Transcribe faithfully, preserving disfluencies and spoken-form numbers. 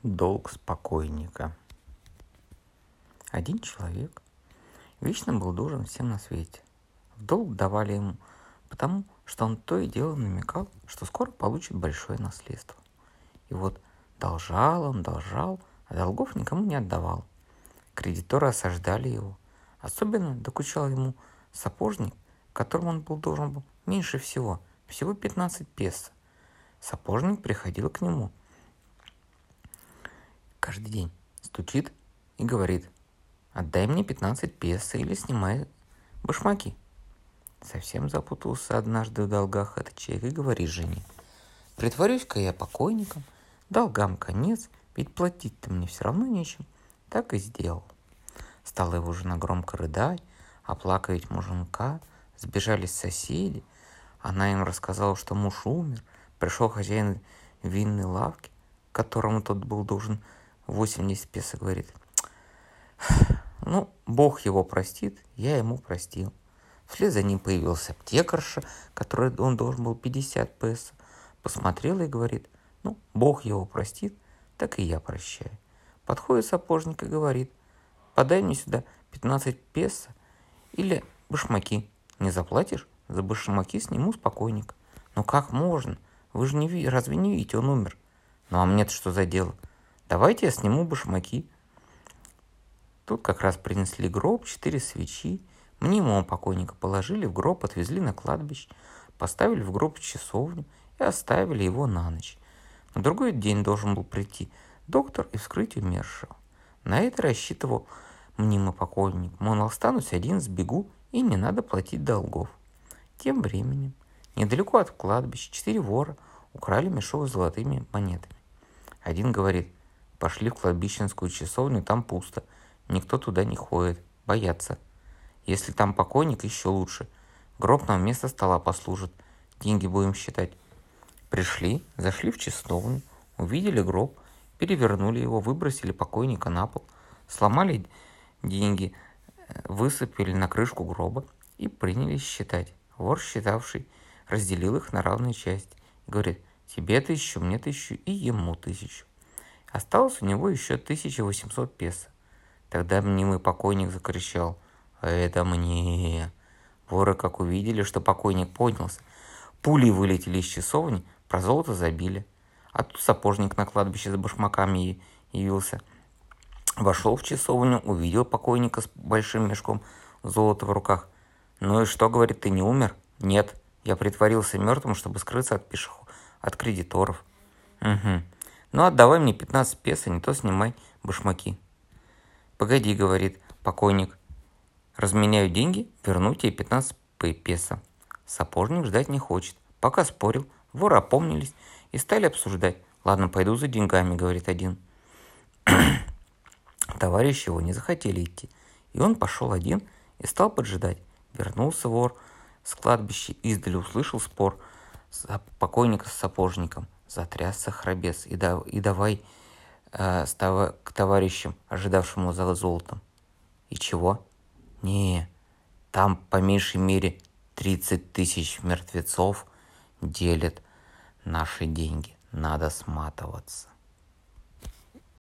Долг спокойника. Один человек вечно был должен всем на свете. В долг давали ему, потому что он то и дело намекал, что скоро получит большое наследство. И вот должал он, должал, а долгов никому не отдавал. Кредиторы осаждали его. Особенно докучал ему сапожник, которому он был должен был меньше всего, всего пятнадцать песо. Сапожник приходил к нему каждый день, стучит и говорит: отдай мне пятнадцать песо или снимай башмаки. Совсем запутался однажды в долгах этот человек и говорит жене: притворюсь-ка я покойником, долгам конец, ведь платить-то мне все равно нечем. Так и сделал. Стала его жена громко рыдать, оплакивать муженька, сбежались соседи. Она им рассказала, что муж умер. Пришел хозяин винной лавки, которому тот был должен восемьдесят песо, говорит: ну, Бог его простит, я ему простил. Вслед за ним появился аптекарша, которой он должен был пятьдесят песо. Посмотрела и говорит: ну, Бог его простит, так и я прощаю. Подходит сапожник и говорит: подай мне сюда пятнадцать песо или башмаки. Не заплатишь, за башмаки сниму с покойника. Ну как можно? Вы же не видите, разве не видите, он умер. Ну а мне-то что за дело? Давайте я сниму башмаки. Тут как раз принесли гроб, четыре свечи. Мнимого покойника положили в гроб, отвезли на кладбище, поставили в гроб часовню и оставили его на ночь. На другой день должен был прийти доктор и вскрыть умершего. На это рассчитывал мнимый покойник. Мол, останусь один, сбегу, и не надо платить долгов. Тем временем, недалеко от кладбища, четыре вора украли мешок с золотыми монетами. Один говорит: пошли в кладбищенскую часовню, там пусто, никто туда не ходит, боятся. Если там покойник, еще лучше. Гроб нам вместо стола послужит, деньги будем считать. Пришли, зашли в часовню, увидели гроб, перевернули его, выбросили покойника на пол, сломали деньги, высыпали на крышку гроба и принялись считать. Вор, считавший, разделил их на равные части. Говорит: тебе тысячу, мне тысячу и ему тысячу. Осталось у него еще тысяча восемьсот песо. Тогда мнимый покойник закричал: а это мне. Воры, как увидели, что покойник поднялся, пулей вылетели из часовни, про золото забили. А тут сапожник на кладбище с башмаками явился. Вошел в часовню, увидел покойника с большим мешком золота в руках. Ну и что, говорит, ты не умер? Нет, я притворился мертвым, чтобы скрыться от пешеход, от кредиторов. Угу. Ну отдавай мне пятнадцать песо, не то снимай башмаки. Погоди, говорит покойник, разменяю деньги, верну тебе пятнадцать песо. Сапожник ждать не хочет. Пока спорил, воры опомнились и стали обсуждать. Ладно, пойду за деньгами, говорит один. Товарищи его не захотели идти, и он пошел один и стал поджидать. Вернулся вор с кладбища, издали услышал спор покойника с сапожником. Затрясся храбец и, да, и давай э, става, к товарищам, ожидавшему за золотом. И чего? Не, там по меньшей мере тридцать тысяч мертвецов делят наши деньги. Надо сматываться.